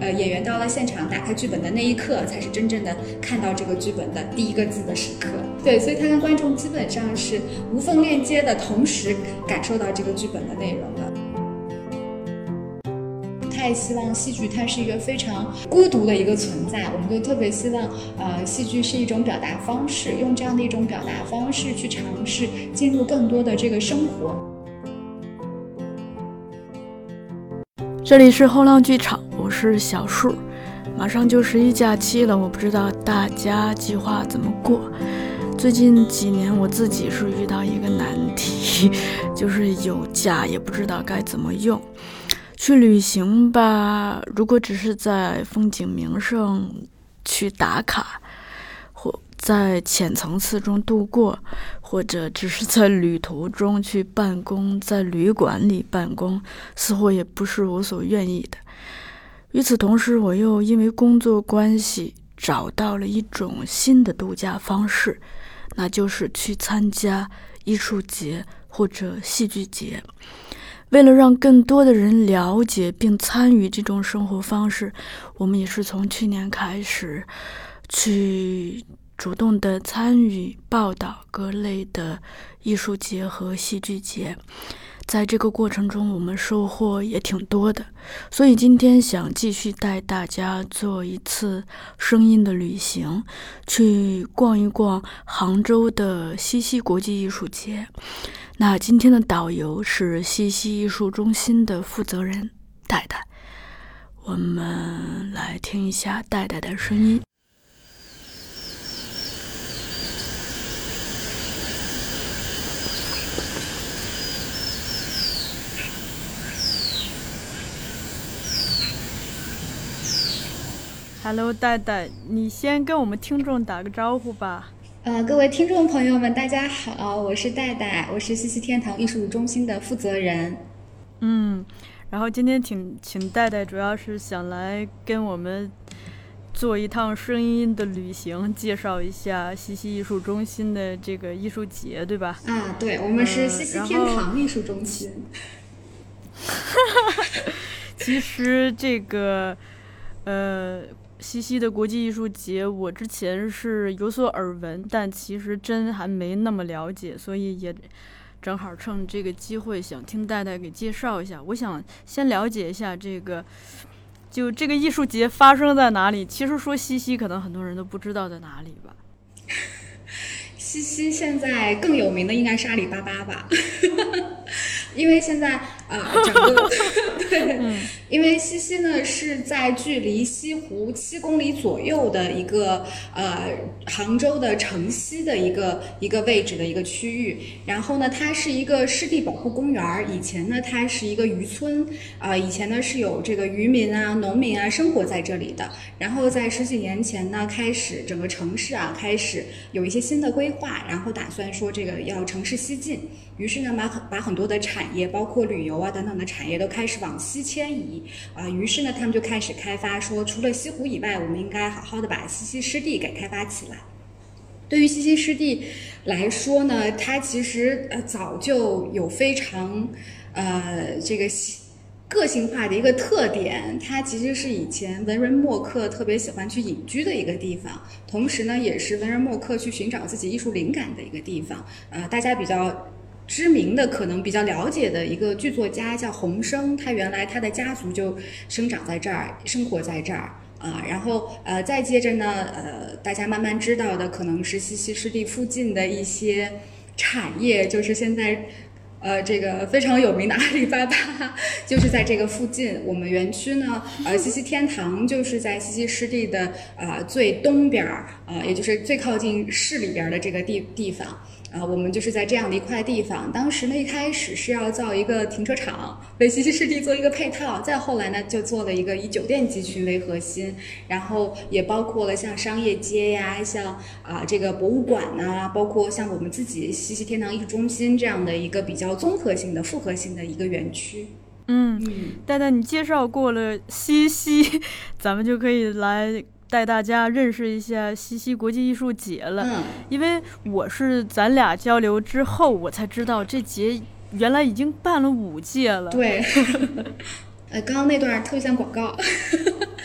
演员到了现场打开剧本的那一刻，才是真正的看到这个剧本的第一个字的时刻。对，所以他跟观众基本上是无缝链接的，同时感受到这个剧本的内容的。太希望戏剧它是一个非常孤独的一个存在，我们就特别希望戏剧是一种表达方式，用这样的一种表达方式去尝试进入更多的这个生活。 这里是后浪剧场，我是小树。马上就11假期了，我不知道大家计划怎么过。最近几年我自己是遇到一个难题，就是有假也不知道该怎么用。去旅行吧，如果只是在风景名胜去打卡，或在浅层次中度过，或者只是在旅途中去办公，在旅馆里办公，似乎也不是我所愿意的。与此同时，我又因为工作关系找到了一种新的度假方式，那就是去参加艺术节或者戏剧节。为了让更多的人了解并参与这种生活方式，我们也是从去年开始去主动的参与报道各类的艺术节和戏剧节。在这个过程中，我们收获也挺多的，所以今天想继续带大家做一次声音的旅行，去逛一逛杭州的西溪国际艺术节。那今天的导游是西溪艺术中心的负责人戴戴，我们来听一下戴戴的声音。Hello， 戴戴，你先跟我们听众打个招呼吧。 各位听众朋友们，大家好，我是戴戴，我是西溪天堂艺术中心的负责人。 然后今天请戴戴，主要是想来跟我们做一趟声音的旅行，介绍一下西溪艺术中心的这个艺术节，对吧？ 对，我们是西溪天堂艺术中心。 其实这个西溪的国际艺术节，我之前是有所耳闻，但其实真还没那么了解，所以也正好趁这个机会想听戴戴给介绍一下。我想先了解一下这个艺术节发生在哪里。其实说西溪，可能很多人都不知道在哪里吧。 西溪现在更有名的应该是阿里巴巴吧。因为现在整个对，因为西溪呢是在距离西湖7公里左右的一个杭州的城西的一个位置的一个区域。然后呢，它是一个湿地保护公园，以前呢它是一个渔村以前呢是有这个渔民啊、农民啊生活在这里的。然后在10几年前呢，开始整个城市开始有一些新的规划，然后打算说这个要城市西进，于是呢把很多的产业，包括旅游等等的产业都开始往西迁移于是呢他们就开始开发，说除了西湖以外，我们应该好好的把西溪湿地给开发起来。对于西溪湿地来说呢，它其实早就有非常这个个性化的一个特点，它其实是以前文人墨客特别喜欢去隐居的一个地方，同时呢也是文人墨客去寻找自己艺术灵感的一个地方。大家比较知名的可能比较了解的一个剧作家叫洪升，他原来他的家族就生长在这儿，生活在这儿然后再接着呢大家慢慢知道的可能是西溪湿地附近的一些产业，就是现在这个非常有名的阿里巴巴就是在这个附近。我们园区呢西溪天堂就是在西溪湿地的最东边也就是最靠近市里边的这个地方我们就是在这样的一块地方。当时呢一开始是要造一个停车场，为西溪湿地做一个配套，再后来呢就做了一个以酒店集群为核心，然后也包括了像商业街呀，像这个博物馆包括像我们自己西溪天堂艺术中心这样的一个比较综合性的复合性的一个园区。 戴戴，你介绍过了西溪，咱们就可以来带大家认识一下西溪国际艺术节了。因为我是咱俩交流之后我才知道这节原来已经办了5届了。 对刚刚那段特别像广告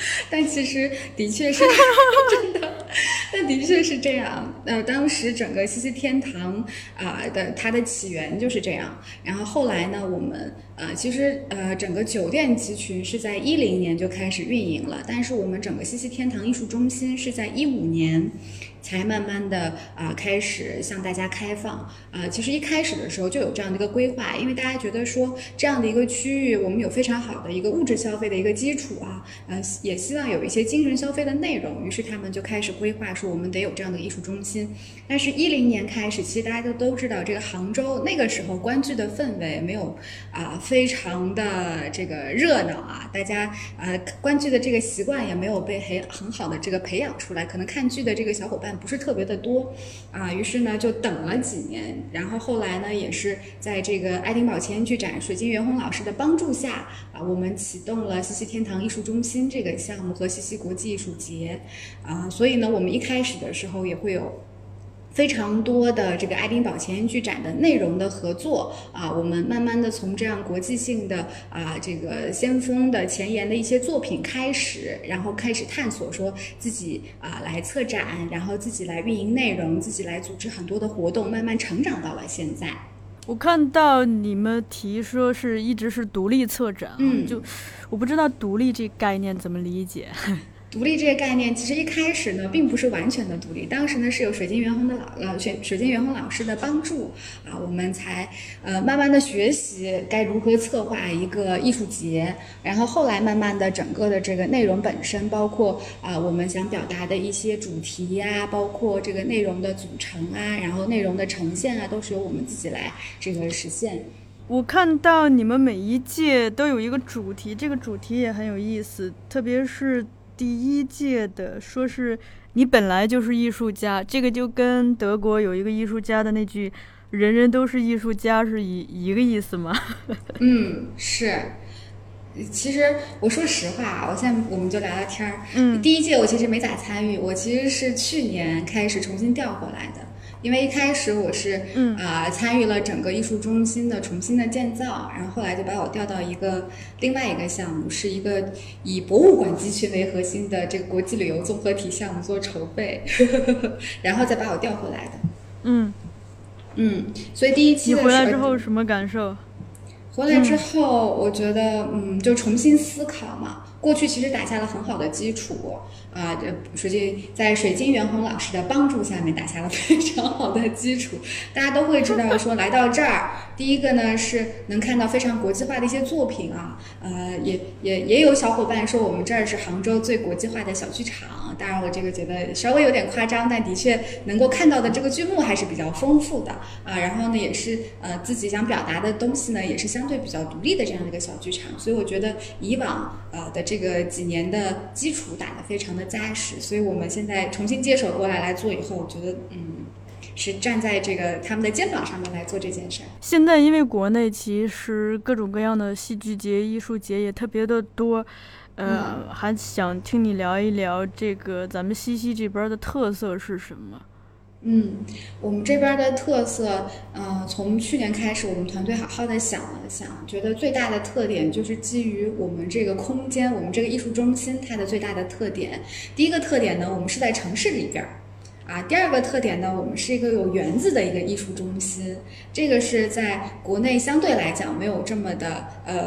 但其实的确是真的，但的确是这样。当时整个西溪天堂它的起源就是这样。然后后来呢，我们其实整个酒店集群是在2010年就开始运营了，但是我们整个西溪天堂艺术中心是在2015年。才慢慢的开始向大家开放其实一开始的时候就有这样的一个规划，因为大家觉得说这样的一个区域，我们有非常好的一个物质消费的一个基础也希望有一些精神消费的内容，于是他们就开始规划说我们得有这样的艺术中心。但是2010年开始，其实大家都知道，这个杭州那个时候观剧的氛围没有非常的这个热闹大家观剧的这个习惯也没有被很好的这个培养出来，可能看剧的这个小伙伴不是特别的多于是呢就等了几年，然后后来呢也是在这个爱丁堡前沿剧展水晶元宏老师的帮助下我们启动了西溪天堂艺术中心这个项目和西溪国际艺术节所以呢我们一开始的时候也会有非常多的这个爱丁堡前沿剧展的内容的合作我们慢慢的从这样国际性的这个先锋的前沿的一些作品开始，然后开始探索说自己来策展，然后自己来运营内容，自己来组织很多的活动，慢慢成长到了现在。 我看到你们提说是一直是独立策展就我不知道独立这概念怎么理解。 独立这个概念其实一开始呢并不是完全的独立，当时呢是有水晶元宏老师的帮助我们才慢慢的学习该如何策划一个艺术节，然后后来慢慢的整个的这个内容本身，包括我们想表达的一些主题包括这个内容的组成然后内容的呈现都是由我们自己来这个实现。 我看到你们每一届都有一个主题，这个主题也很有意思，特别是第一届的说是你本来就是艺术家，这个就跟德国有一个艺术家的那句人人都是艺术家是一个意思吗？ 是。其实我说实话我们就聊聊天第一届我其实没咋参与，我其实是去年开始重新调回来的。因为一开始我是参与了整个艺术中心的重新的建造，然后后来就把我调到另外一个项目，是一个以博物馆集群为核心的这个国际旅游综合体项目做筹备然后再把我调回来的。所以第一期的时候你回来之后什么感受？ 回来之后我觉得就重新思考嘛，过去其实打下了很好的基础在水晶元宏老师的帮助下面打下了非常好的基础。大家都会知道说来到这儿，第一个呢是能看到非常国际化的一些作品也有小伙伴说我们这儿是杭州最国际化的小剧场，当然我这个觉得稍微有点夸张，但的确能够看到的这个剧目还是比较丰富的然后呢也是自己想表达的东西呢也是相对比较独立的这样的一个小剧场，所以我觉得以往的这个几年的基础打得非常的扎实，所以我们现在重新接手过来做以后，我觉得是站在这个他们的肩膀上面来做这件事。 现在因为国内其实各种各样的戏剧节、艺术节也特别的多，还想听你聊一聊这个咱们西溪这边的特色是什么？ 我们这边的特色，从去年开始，我们团队好好的想了想，觉得最大的特点就是基于我们这个空间，我们这个艺术中心它的最大的特点。第一个特点呢，我们是在城市里边第二个特点呢，我们是一个有园子的一个艺术中心，这个是在国内相对来讲没有这么的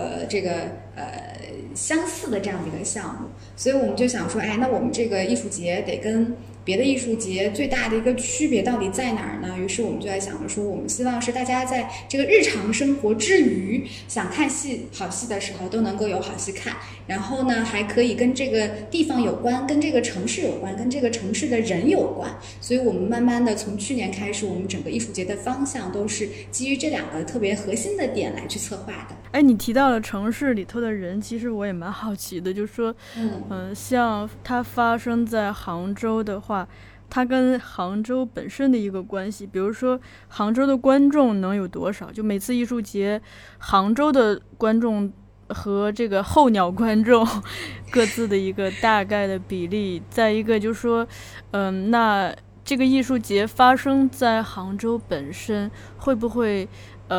相似的这样的一个项目，所以我们就想说，那我们这个艺术节得跟别的艺术节最大的一个区别到底在哪儿呢？于是我们就在想着说，我们希望是大家在这个日常生活之余，想看好戏的时候都能够有好戏看，然后呢还可以跟这个地方有关，跟这个城市有关，跟这个城市的人有关。所以我们慢慢的从去年开始，我们整个艺术节的方向都是基于这两个特别核心的点来去策划的。 你提到了城市里头的人，其实我也蛮好奇的，就是说像它发生在杭州的话，它跟杭州本身的一个关系，比如说杭州的观众能有多少，就每次艺术节杭州的观众和这个候鸟观众各自的一个大概的比例。再一个就是说那这个艺术节发生在杭州本身会不会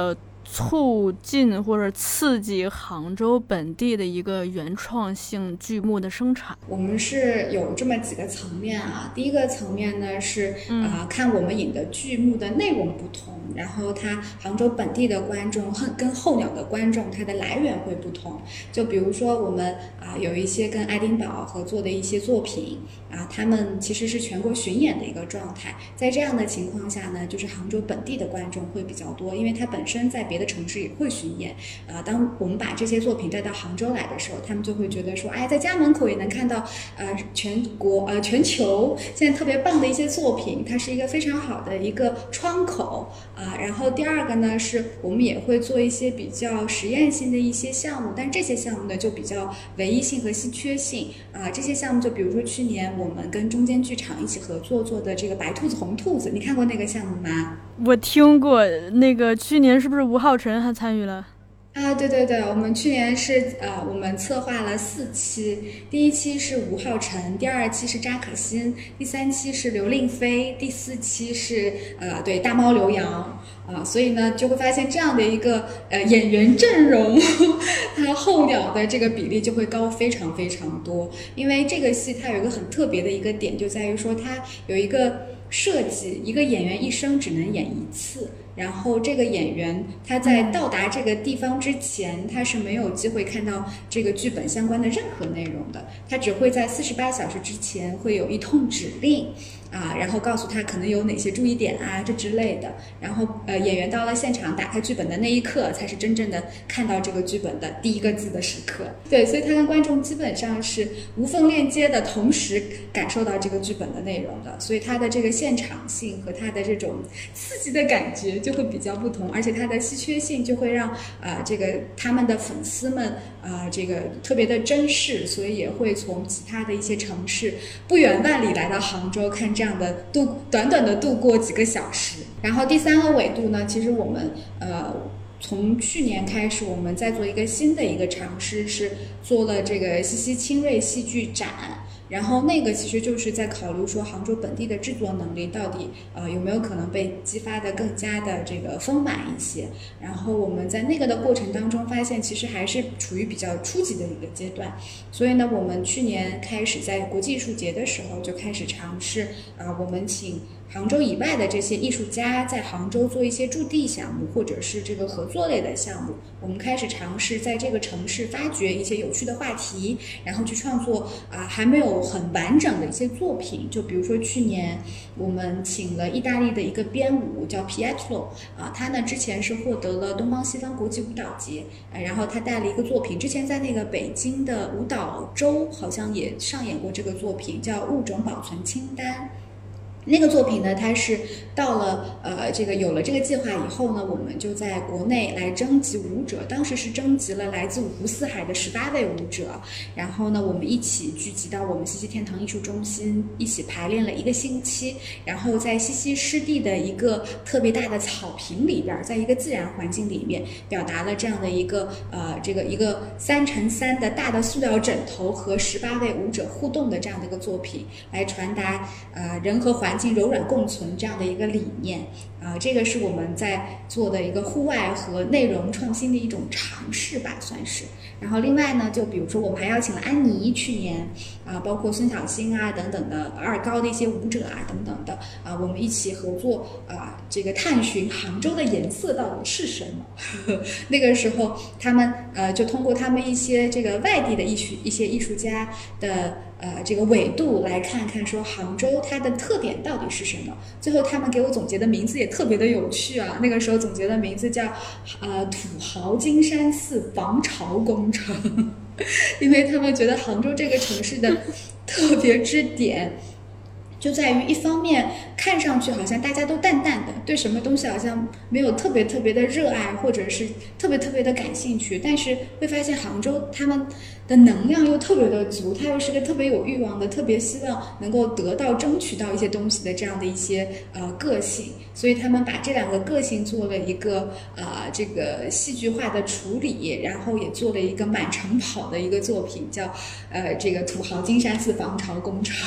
促进或者刺激杭州本地的一个原创性剧目的生产？ 我们是有这么几个层面啊。第一个层面呢是看我们引的剧目的内容不同，然后它杭州本地的观众跟候鸟的观众它的来源会不同。就比如说我们有一些跟爱丁堡合作的一些作品他们其实是全国巡演的一个状态。在这样的情况下呢，就是杭州本地的观众会比较多，因为它本身在别的城市也会巡演当我们把这些作品带到杭州来的时候，他们就会觉得说，哎，在家门口也能看到全球现在特别棒的一些作品，它是一个非常好的一个窗口然后第二个呢，是我们也会做一些比较实验性的一些项目，但这些项目呢就比较唯一性和稀缺性这些项目就比如说去年我们跟中间剧场一起合作做的这个白兔子红兔子，你看过那个项目吗？ 我听过，那个去年是不是吴浩辰还参与了？ 对对对，我们去年是我们策划了4期，第1期是吴浩辰，第2期是扎可欣，第3期是刘令飞，第4期是对大猫刘洋所以呢就会发现这样的一个演员阵容它候鸟的这个比例就会高非常非常多。因为这个戏它有一个很特别的一个点，就在于说它有一个设计，一个演员一生只能演1次，然后这个演员他在到达这个地方之前他是没有机会看到这个剧本相关的任何内容的，他只会在48小时之前会有一通指令然后告诉他可能有哪些注意点这之类的，然后演员到了现场打开剧本的那一刻才是真正的看到这个剧本的第一个字的时刻。对，所以他跟观众基本上是无缝链接的，同时感受到这个剧本的内容的，所以他的这个现场性和他的这种刺激的感觉就会比较不同，而且它的稀缺性就会让这个他们的粉丝们这个特别的珍视，所以也会从其他的一些城市不远万里来到杭州看这样的短短的度过几个小时。然后第3个维度呢，其实我们从去年开始我们在做一个新的一个尝试，是做了这个西溪清锐戏剧展，然后那个其实就是在考虑说杭州本地的制作能力到底有没有可能被激发的更加的这个丰满一些。然后我们在那个的过程当中发现其实还是处于比较初级的一个阶段，所以呢我们去年开始在国际艺术节的时候就开始尝试我们请杭州以外的这些艺术家在杭州做一些驻地项目或者是这个合作类的项目，我们开始尝试在这个城市发掘一些有趣的话题，然后去创作还没有很完整的一些作品。就比如说去年我们请了意大利的一个编舞叫 Pietro 他呢之前是获得了东方西方国际舞蹈节然后他带了一个作品，之前在那个北京的舞蹈周好像也上演过这个作品，叫物种保存清单。那个作品呢，它是到了这个有了这个计划以后呢，我们就在国内来征集舞者，当时是征集了来自五湖四海的18位舞者，然后呢我们一起聚集到我们西溪天堂艺术中心，一起排练了1个星期，然后在西溪湿地的一个特别大的草坪里边，在一个自然环境里面表达了这样的一个这个一个3×3的大的塑料枕头和18位舞者互动的这样的一个作品，来传达人和环境柔软共存这样的一个理念这个是我们在做的一个户外和内容创新的一种尝试吧，算是。然后另外呢，就比如说我们还邀请了安妮，去年包括孙小星等等的二高的一些舞者等等的我们一起合作这个探寻杭州的颜色到底是什么那个时候他们就通过他们一些这个外地的一些艺术家的这个纬度来看看说杭州它的特点到底是什么。最后他们给我总结的名字也特别的有趣那个时候总结的名字叫土豪金山寺防潮工程因为他们觉得杭州这个城市的特别之点就在于一方面看上去好像大家都淡淡的，对什么东西好像没有特别特别的热爱或者是特别特别的感兴趣，但是会发现杭州他们的能量又特别的足，他又是个特别有欲望的，特别希望能够得到争取到一些东西的这样的一些个性，所以他们把这2个个性做了一个这个戏剧化的处理，然后也做了一个满城跑的一个作品，叫这个土豪金山寺防潮工程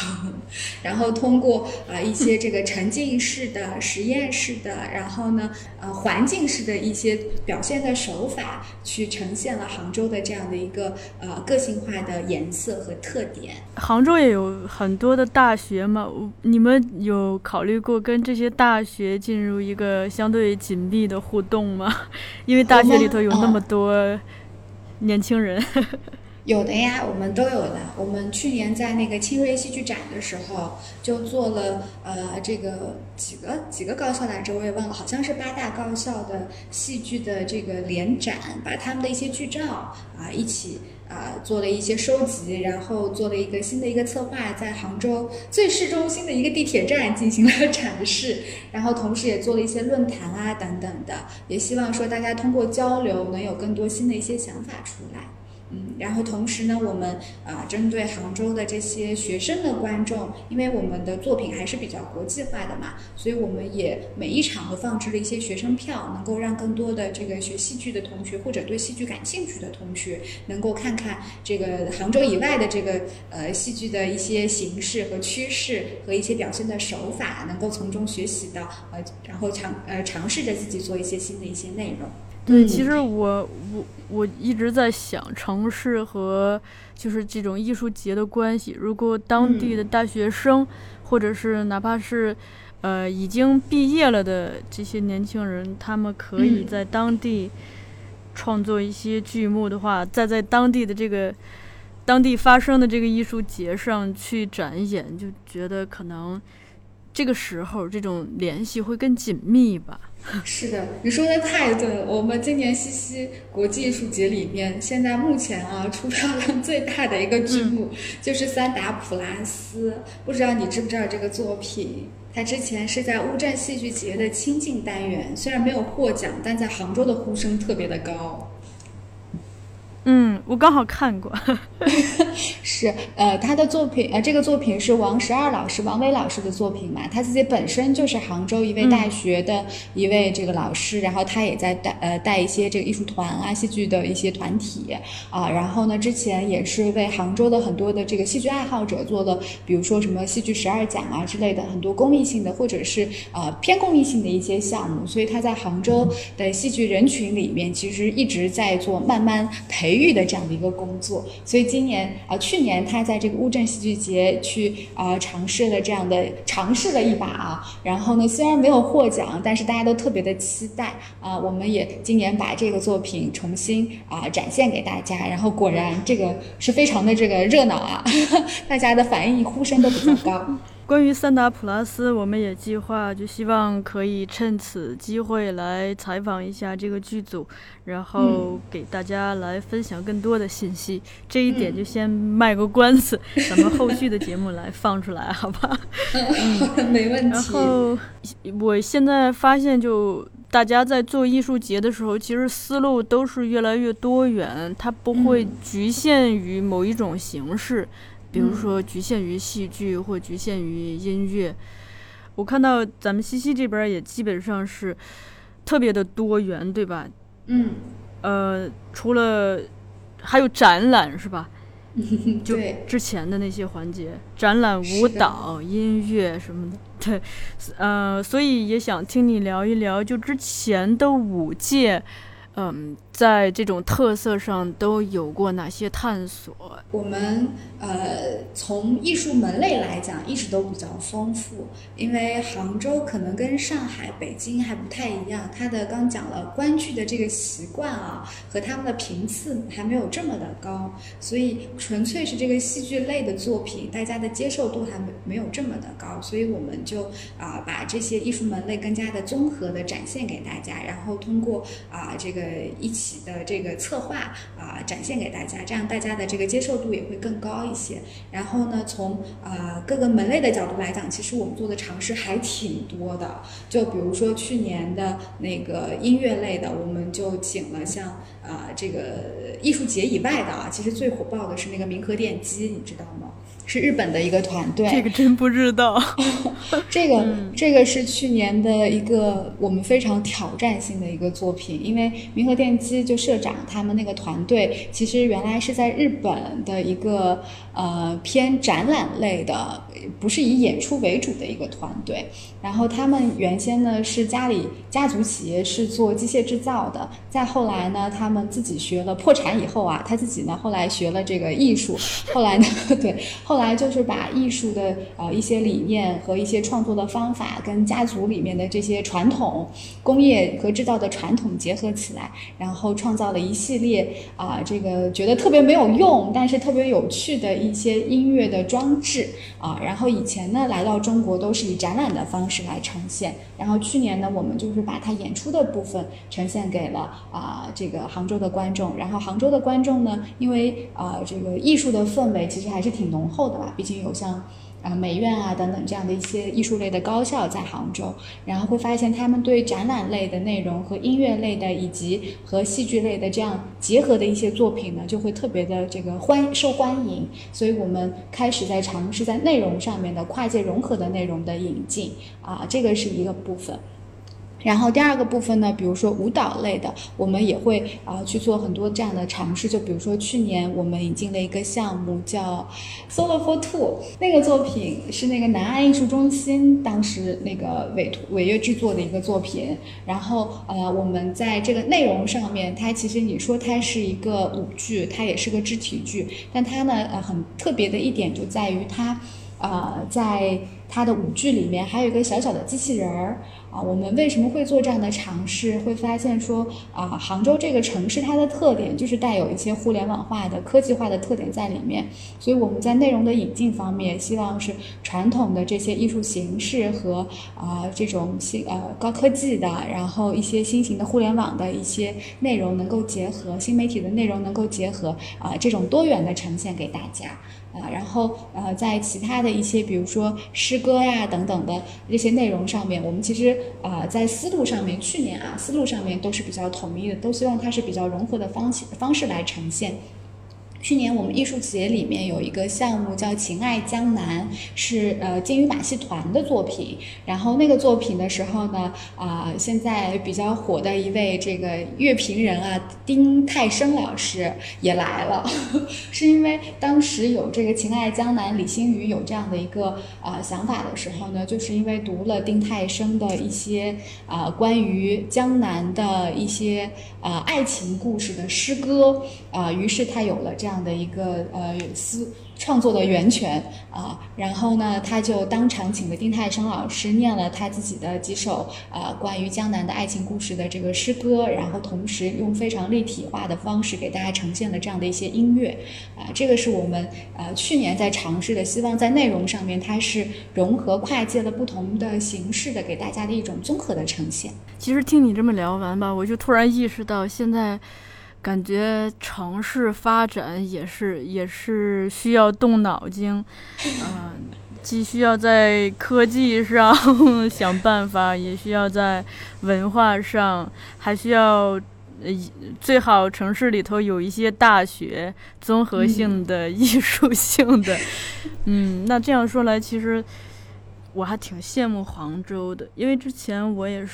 然后通过一些这个沉浸式的、实验式的，然后呢环境式的一些表现的手法，去呈现了杭州的这样的一个个性化的颜色和特点。 杭州也有很多的大学嘛，你们有考虑过跟这些大学进入一个相对紧密的互动吗？因为大学里头有那么多年轻人。 有的呀，我们都有的。我们去年在那个青瑞戏剧展的时候，就做了这个几个高校来着，我也忘了，好像是8大高校的戏剧的这个联展，把他们的一些剧照一起做了一些收集，然后做了一个新的一个策划，在杭州最市中心的一个地铁站进行了展示，然后同时也做了一些论坛等等的，也希望说大家通过交流能有更多新的一些想法出来。然后同时呢，我们针对杭州的这些学生的观众，因为我们的作品还是比较国际化的嘛，所以我们也每一场都放置了一些学生票，能够让更多的这个学戏剧的同学或者对戏剧感兴趣的同学，能够看看这个杭州以外的这个戏剧的一些形式和趋势和一些表现的手法，能够从中学习到然后尝试着自己做一些新的一些内容。 对，其实我一直在想城市和就是这种艺术节的关系。如果当地的大学生，或者是哪怕是已经毕业了的这些年轻人，他们可以在当地创作一些剧目的话，再在当地的这个当地发生的这个艺术节上去展演，就觉得可能这个时候这种联系会更紧密吧。 是的，你说的太对了。我们今年西溪国际艺术节里面，现在目前出票量最大的一个剧目就是三达普拉斯。不知道你知不知道这个作品？它之前是在乌镇戏剧节的亲近单元，虽然没有获奖，但在杭州的呼声特别的高。 我刚好看过。 是他的作品这个作品是王伟老师的作品嘛，他自己本身就是杭州一位大学的一位这个老师，然后他也在带一些这个艺术团戏剧的一些团体然后呢之前也是为杭州的很多的这个戏剧爱好者做了比如说什么戏剧12讲之类的很多公益性的或者是偏公益性的一些项目，所以他在杭州的戏剧人群里面其实一直在做慢慢培育的这样的一个工作。所以去年他在这个乌镇戏剧节去尝试了一把然后呢虽然没有获奖，但是大家都特别的期待我们也今年把这个作品重新展现给大家，然后果然这个是非常的这个热闹大家的反应呼声都比较高。 关于三达普拉斯，我们也计划就希望可以趁此机会来采访一下这个剧组，然后给大家来分享更多的信息。这一点就先卖个关子，咱们后续的节目来放出来，好吧？ 没问题。 然后我现在发现，就大家在做艺术节的时候，其实思路都是越来越多元，它不会局限于某一种形式。比如说局限于戏剧或局限于音乐。我看到咱们西溪这边也基本上是特别的多元，对吧？除了还有展览是吧？就之前的那些环节，展览、舞蹈、音乐什么的，对，所以也想听你聊一聊，就之前的5届。在这种特色上都有过哪些探索？ 我们从艺术门类来讲一直都比较丰富，因为杭州可能跟上海、北京还不太一样，它的刚讲了观剧的这个习惯和他们的频次还没有这么的高，所以纯粹是这个戏剧类的作品，大家的接受度还没有这么的高，所以我们就把这些艺术门类更加的综合的展现给大家，然后通过这个一起的这个策划展现给大家，这样大家的这个接受度也会更高一些。然后呢，从各个门类的角度来讲，其实我们做的尝试还挺多的。就比如说去年的那个音乐类的，我们就请了像这个艺术节以外的其实最火爆的是那个民和电机，你知道吗？是日本的一个团队。 这个真不知道。 这个是去年的一个我们非常挑战性的一个作品，因为民和电机就社长他们那个团队其实原来是在日本的一个偏展览类的不是以演出为主的一个团队。然后他们原先呢是家族企业，是做机械制造的，再后来呢他们自己学了，破产以后啊，他自己呢后来学了这个艺术，后来呢对，后来就是把艺术的一些理念和一些创作的方法跟家族里面的这些传统工业和制造的传统结合起来，然后创造了一系列这个觉得特别没有用但是特别有趣的一些音乐的装置然后以前呢来到中国都是以展览的方式来呈现，然后去年呢我们就是把它演出的部分呈现给了这个杭州的观众。然后杭州的观众呢，因为这个艺术的氛围其实还是挺浓厚的吧，毕竟有像美院等等这样的一些艺术类的高校在杭州，然后会发现他们对展览类的内容和音乐类的以及和戏剧类的这样结合的一些作品呢，就会特别的这个受欢迎。所以我们开始在尝试在内容上面的跨界融合的内容的引进这个是一个部分。然后第二个部分呢，比如说舞蹈类的，我们也会去做很多这样的尝试。就比如说去年我们引进了一个项目叫 Solo for Two， 那个作品是那个南岸艺术中心当时那个委约制作的一个作品。然后我们在这个内容上面，它其实你说它是一个舞剧，它也是个肢体剧，但它呢很特别的一点就在于它在它的舞剧里面还有一个小小的机器人儿我们为什么会做这样的尝试？会发现说杭州这个城市它的特点就是带有一些互联网化的科技化的特点在里面，所以我们在内容的引进方面，希望是传统的这些艺术形式和这种高科技的，然后一些新型的互联网的一些内容能够结合，新媒体的内容能够结合这种多元的呈现给大家。然后在其他的一些比如说诗歌呀等等的这些内容上面，我们其实在思路上面，去年思路上面都是比较统一的，都希望它是比较融合的方式来呈现。去年我们艺术节里面有一个项目叫情爱江南，是金鱼马戏团的作品。然后那个作品的时候呢现在比较火的一位这个乐评人丁太升老师也来了是因为当时有这个情爱江南李星宇有这样的一个想法的时候呢，就是因为读了丁太升的一些关于江南的一些爱情故事的诗歌于是他有了这样的一个创作的源泉然后呢他就当场请了丁太升老师念了他自己的几首关于江南的爱情故事的这个诗歌，然后同时用非常立体化的方式给大家呈现了这样的一些音乐这个是我们去年在尝试的，希望在内容上面它是融合跨界了不同的形式的给大家的一种综合的呈现。 其实听你这么聊完吧，我就突然意识到现在感觉城市发展也是需要动脑筋既需要在科技上想办法，也需要在文化上，还需要最好城市里头有一些大学综合性的艺术性的那这样说来其实我还挺羡慕杭州的，因为之前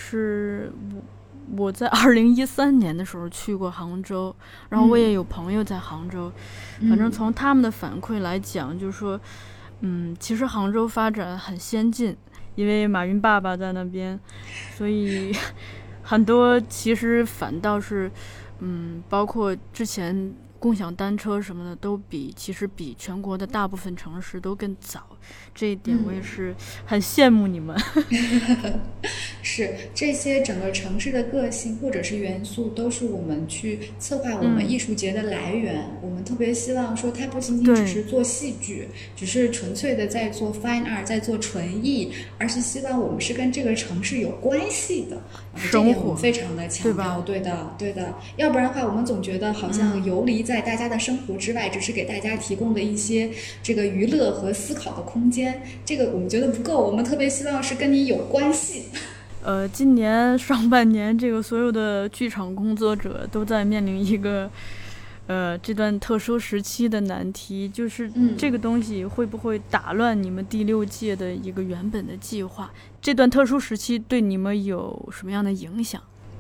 我在2013年的时候去过杭州，然后我也有朋友在杭州反正从他们的反馈来讲就是说其实杭州发展很先进，因为马云爸爸在那边，所以很多其实反倒是包括之前共享单车什么的都其实比全国的大部分城市都更早，这一点我也是很羡慕你们是这些整个城市的个性或者是元素都是我们去策划我们艺术节的来源我们特别希望说它不仅仅只是做戏剧，只是纯粹的在做 fine art 在做纯艺，而是希望我们是跟这个城市有关系的这点我们非常的强调。对的，要不然的话我们总觉得好像游离在大家的生活之外，只是给大家提供的一些这个娱乐和思考的空间，这个我们觉得不够，我们特别希望是跟你有关系。 今年上半年这个所有的剧场工作者都在面临一个这段特殊时期的难题，就是这个东西会不会打乱你们第6届的一个原本的计划，这段特殊时期对你们有什么样的影响？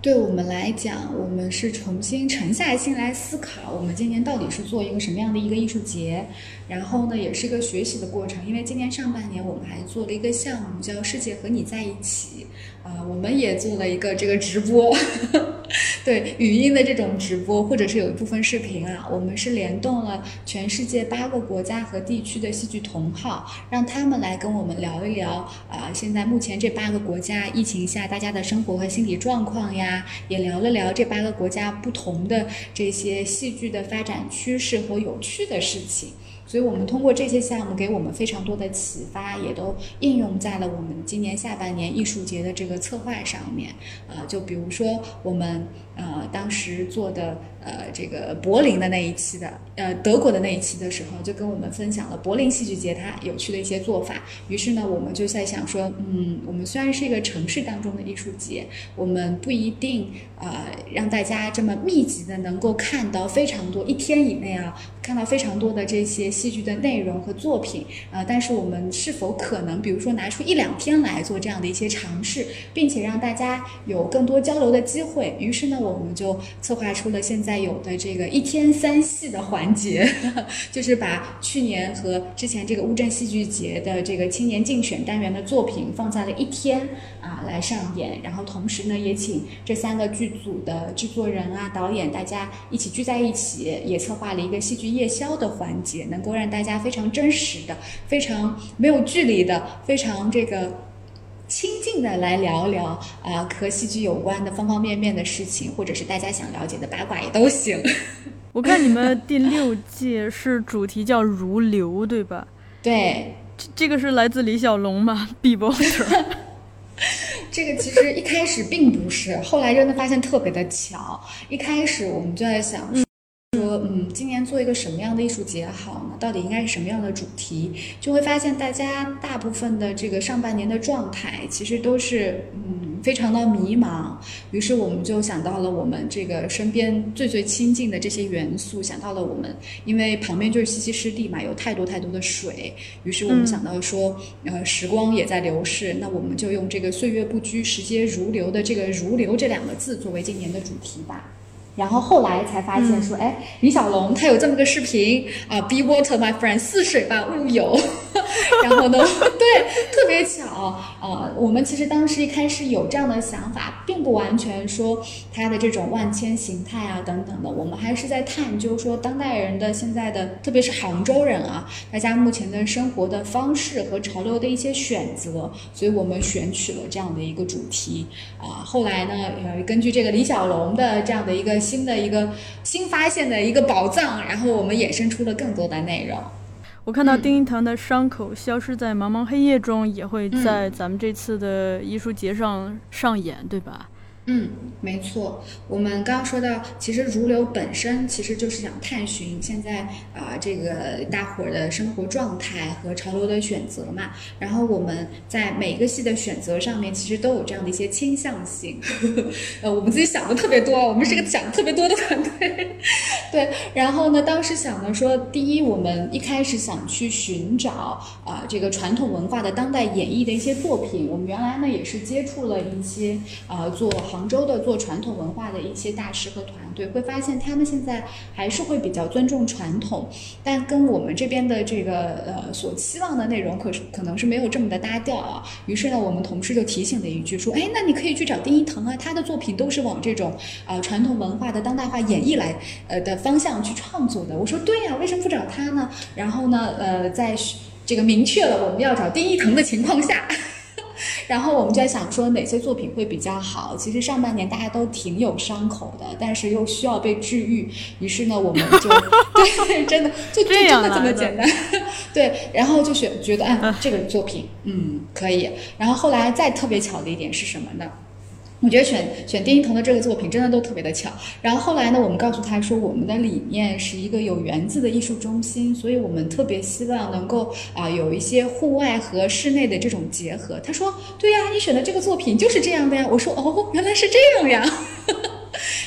对我们来讲，我们是重新沉下心来思考，我们今年到底是做一个什么样的一个艺术节，然后呢，也是一个学习的过程。因为今年上半年我们还做了一个项目叫“世界和你在一起”，我们也做了一个这个直播，对语音的这种直播，或者是有一部分视频啊，我们是联动了全世界8个国家和地区的戏剧同好，让他们来跟我们聊一聊现在目前这8个国家疫情下大家的生活和心理状况呀，也聊了聊这8个国家不同的这些戏剧的发展趋势和有趣的事情。所以我们通过这些项目给我们非常多的启发，也都应用在了我们今年下半年艺术节的这个策划上面。就比如说我们当时做的这个柏林的那一期的德国的那一期的时候，就跟我们分享了柏林戏剧节它有趣的一些做法。于是呢，我们就在想说，我们虽然是一个城市当中的艺术节，我们不一定让大家这么密集的能够看到非常多，一天以内看到非常多的这些戏剧的内容和作品，但是我们是否可能比如说拿出1-2天来做这样的一些尝试，并且让大家有更多交流的机会。于是呢，我们就策划出了现在有的这个1天3戏的环节，就是把去年和之前这个乌镇戏剧节的这个青年竞选单元的作品放在了1天来上演，然后同时呢，也请这3个剧组的制作人导演大家一起聚在一起，也策划了一个戏剧夜宵的环节，能够让大家非常真实的、非常没有距离的、非常这个亲近的来聊聊和戏剧有关的方方面面的事情，或者是大家想了解的八卦也都行。 我看你们第6届是主题叫如流，对吧？ 对， 这个是来自李小龙吗？B-Water 这个其实一开始并不是，后来真的发现特别的巧。一开始我们就在想说今年做一个什么样的艺术节好呢？到底应该是什么样的主题？就会发现大家大部分的这个上半年的状态其实都是非常的迷茫。于是我们就想到了我们这个身边最最亲近的这些元素，想到了我们因为旁边就是西溪湿地嘛，有太多太多的水，于是我们想到说时光也在流逝，那我们就用这个岁月不居时节如流的这个如流这2个字作为今年的主题吧。然后后来才发现说，李小龙他有这么个视频Be water my friend， 似水吧勿游。然后呢，对，特别巧我们其实当时一开始有这样的想法，并不完全说他的这种万千形态等等的，我们还是在探究说当代人的现在的，特别是杭州人大家目前的生活的方式和潮流的一些选择，所以我们选取了这样的一个主题后来呢，根据这个李小龙的这样的一个新发现的一个宝藏，然后我们衍生出了更多的内容。 我看到丁一腾的伤口消失在茫茫黑夜中也会在咱们这次的艺术节上上演，对吧？ 没错。我们刚刚说到，其实如流本身其实就是想探寻现在这个大伙儿的生活状态和潮流的选择嘛。然后我们在每一个戏的选择上面，其实都有这样的一些倾向性。我们自己想的特别多，我们是个想的特别多的团队。对，然后呢，当时想的说，第一，我们一开始想去寻找这个传统文化的当代演绎的一些作品。我们原来呢也是接触了一些做杭州的做传统文化的一些大师和团队，会发现他们现在还是会比较尊重传统，但跟我们这边的这个所期望的内容可能是没有这么的搭调于是呢，我们同事就提醒了一句说，那你可以去找丁一腾他的作品都是往这种传统文化的当代化演绎来的方向去创作的。我说对呀，为什么不找他呢？然后呢在这个明确了我们要找丁一腾的情况下然后我们就在想说哪些作品会比较好。其实上半年大家都挺有伤口的，但是又需要被治愈，于是呢我们就对，真的就真的这么简单对，然后就觉得这个作品可以。然后后来再特别巧的一点是什么呢？我觉得选丁一腾的这个作品真的都特别的巧。然后后来呢，我们告诉他说，我们的理念是一个有园子的艺术中心，所以我们特别希望能够有一些户外和室内的这种结合。他说对呀，你选的这个作品就是这样的呀。我说原来是这样呀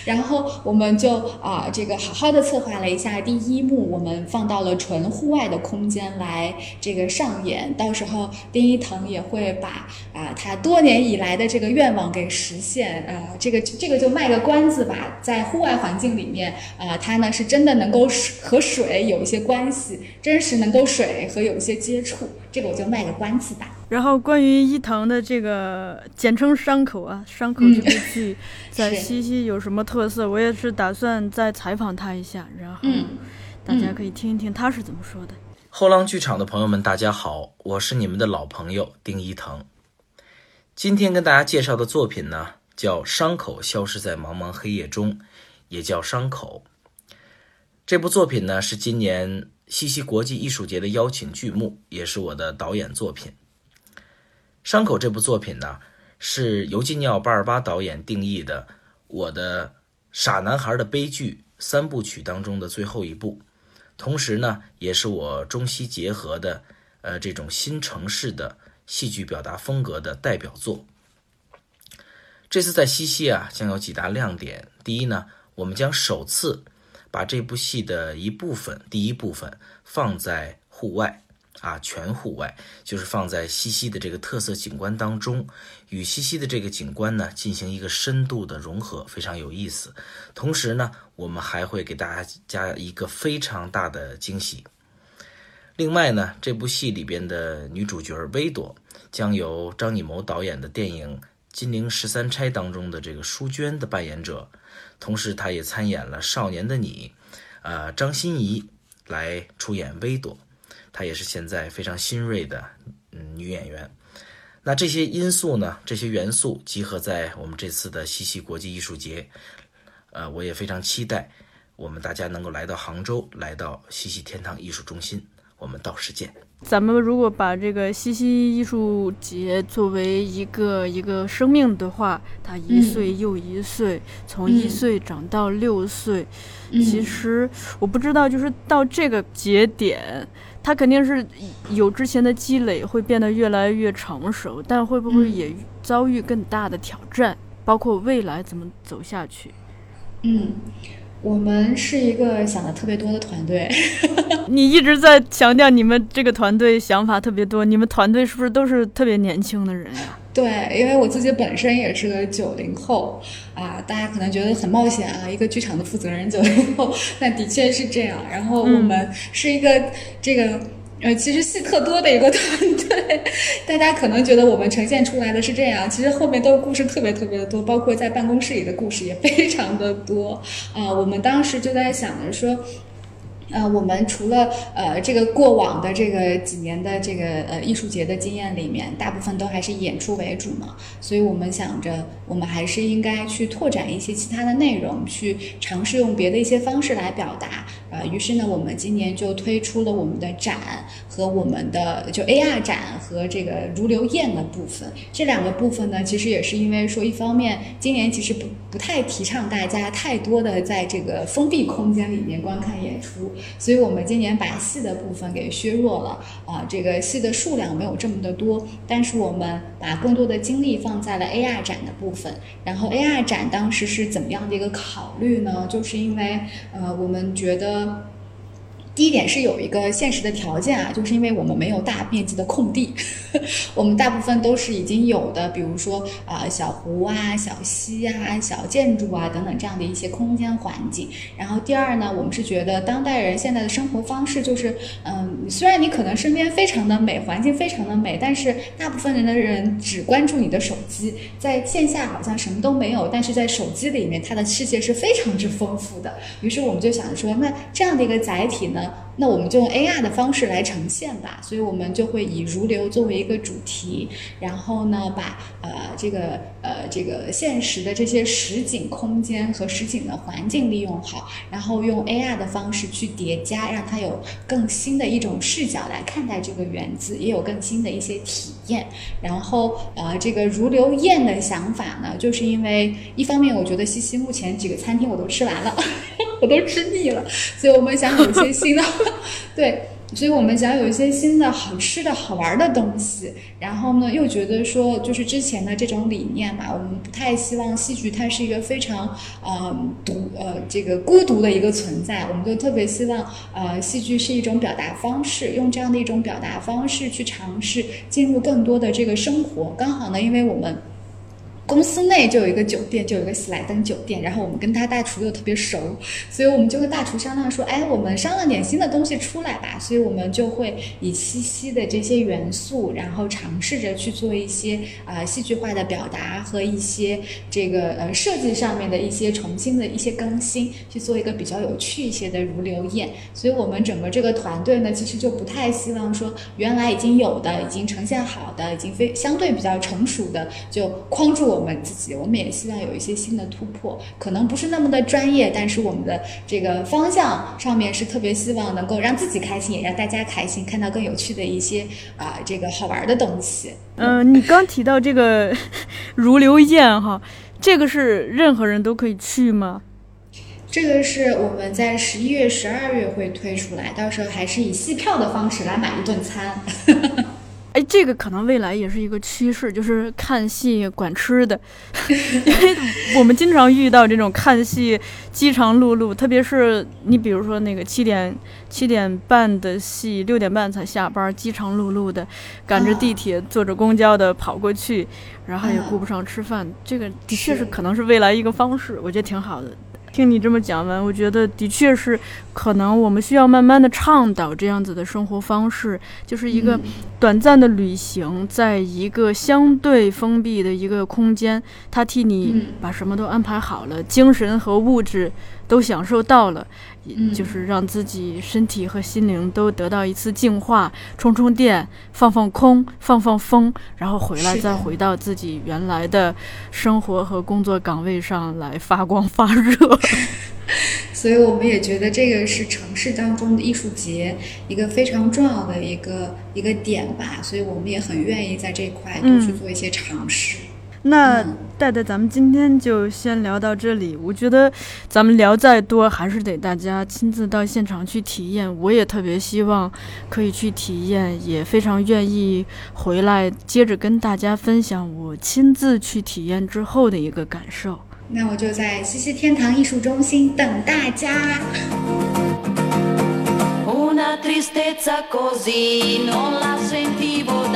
然后我们就这个好好的策划了一下第一幕，我们放到了纯户外的空间来这个上演，到时候丁一腾也会把他多年以来的这个愿望给实现，这个就卖个关子吧，在户外环境里面他呢是真的能够和水有一些关系，真实能够水和有一些接触，这个我就卖个关子吧。 然后关于一腾的这个简称伤口这部剧在西溪有什么特色，我也是打算再采访他一下，然后大家可以听一听他是怎么说的。 后浪剧场的朋友们大家好，我是你们的老朋友丁一腾。今天跟大家介绍的作品呢叫《伤口消失在茫茫黑夜中》，也叫《伤口》。这部作品呢是今年西溪国际艺术节的邀请剧目，也是我的导演作品。伤口这部作品呢是尤金尼奥·巴尔巴导演定义的我的傻男孩的悲剧3部曲当中的最后一部，同时呢也是我中西结合的这种新城市的戏剧表达风格的代表作。这次在西溪将有几大亮点。第一呢，我们将首次把这部戏的第一部分放在户外全户外，就是放在西溪的这个特色景观当中，与西溪的这个景观呢进行一个深度的融合，非常有意思。同时呢，我们还会给大家加一个非常大的惊喜。另外呢，这部戏里边的女主角薇朵将由张艺谋导演的电影《金陵十三钗》当中的这个淑娟的扮演者，同时她也参演了《少年的你》，张歆怡来出演薇朵。她也是现在非常新锐的女演员。那这些因素呢，这些元素集合在我们这次的西溪国际艺术节，我也非常期待我们大家能够来到杭州，来到西溪天堂艺术中心，我们到时见。 咱们如果把这个西溪艺术节作为一个生命的话，它1岁又1岁，从1岁长到6岁，其实我不知道，就是到这个节点，它肯定是有之前的积累，会变得越来越成熟，但会不会也遭遇更大的挑战，包括未来怎么走下去？ 我们是一个想的特别多的团队。 你一直在强调你们这个团队想法特别多，你们团队是不是都是特别年轻的人呀？ 对，因为我自己本身也是个90后大家可能觉得很冒险一个剧场的负责人90后，但的确是这样。然后我们是一个这个其实戏特多的一个团队，大家可能觉得我们呈现出来的是这样，其实后面都故事特别特别的多，包括在办公室里的故事也非常的多。我们当时就在想着说，我们除了这个过往的这个几年的这个艺术节的经验里面，大部分都还是以演出为主嘛，所以我们想着我们还是应该去拓展一些其他的内容，去尝试用别的一些方式来表达。于是呢，我们今年就推出了我们的展和我们的就 AR 展和这个如流宴的部分。这2个部分呢，其实也是因为说，一方面今年其实不太提倡大家太多的在这个封闭空间里面观看演出，所以我们今年把戏的部分给削弱了这个戏的数量没有这么的多，但是我们把更多的精力放在了 AR 展的部分。然后 AR 展当时是怎么样的一个考虑呢？就是因为我们觉得第一点是有一个现实的条件就是因为我们没有大面积的空地我们大部分都是已经有的，比如说小湖小溪小建筑等等这样的一些空间环境。然后第二呢，我们是觉得当代人现在的生活方式就是虽然你可能身边非常的美，环境非常的美，但是大部分人只关注你的手机，在线下好像什么都没有，但是在手机里面它的世界是非常之丰富的。于是我们就想说，那这样的一个载体呢，那我们就用 AR 的方式来呈现吧，所以我们就会以如流作为一个主题，然后呢把这个现实的这些实景空间和实景的环境利用好，然后用 AR 的方式去叠加，让它有更新的一种视角来看待这个园子，也有更新的一些体验。然后这个如流宴的想法呢，就是因为一方面我觉得西溪目前几个餐厅我都吃完了我都吃腻了，所以我们想有一些新的对， 所以我们想有一些新的好吃的好玩的东西，然后呢又觉得说就是之前的这种理念嘛，我们不太希望戏剧它是一个非常这个孤独的一个存在，我们就特别希望戏剧是一种表达方式，用这样的一种表达方式去尝试进入更多的这个生活。刚好呢，因为我们公司内就有一个酒店，就有一个喜来登酒店，然后我们跟他大厨又特别熟，所以我们就跟大厨商量说，哎，我们商量点新的东西出来吧。所以我们就会以西西的这些元素，然后尝试着去做一些戏剧化的表达和一些这个设计上面的一些重新的一些更新，去做一个比较有趣一些的如流宴。所以我们整个这个团队呢，其实就不太希望说原来已经有的、已经呈现好的、已经相对比较成熟的就框住我们自己，我们也希望有一些新的突破，可能不是那么的专业，但是我们的这个方向上面是特别希望能够让自己开心，也让大家开心，看到更有趣的一些这个好玩的东西。 你刚提到这个如流宴哈，这个是任何人都可以去吗？ 这个是我们在11月、12月会推出来，到时候还是以戏票的方式来买一顿餐。 哎，这个可能未来也是一个趋势，就是看戏管吃的。因为我们经常遇到这种看戏饥肠辘辘，特别是你比如说那个7点半的戏，6点半才下班，饥肠辘辘的赶着地铁坐着公交的跑过去，然后也顾不上吃饭。这个的确是可能是未来一个方式，我觉得挺好的。听你这么讲完，我觉得的确是可能我们需要慢慢的倡导这样子的生活方式，就是一个短暂的旅行，在一个相对封闭的一个空间，它替你把什么都安排好了，精神和物质都享受到了，就是让自己身体和心灵都得到一次净化，充电，放空，放风，然后回来再回到自己原来的生活和工作岗位上来发光发热。 所以我们也觉得这个是城市当中的艺术节一个非常重要的一个点吧，所以我们也很愿意在这一块多去做一些尝试。 那戴戴，咱们今天就先聊到这里。我觉得咱们聊再多，还是得大家亲自到现场去体验。我也特别希望可以去体验，也非常愿意回来接着跟大家分享我亲自去体验之后的一个感受。 那我就在西西天堂艺术中心等大家。 Una tristezza così non la sentivo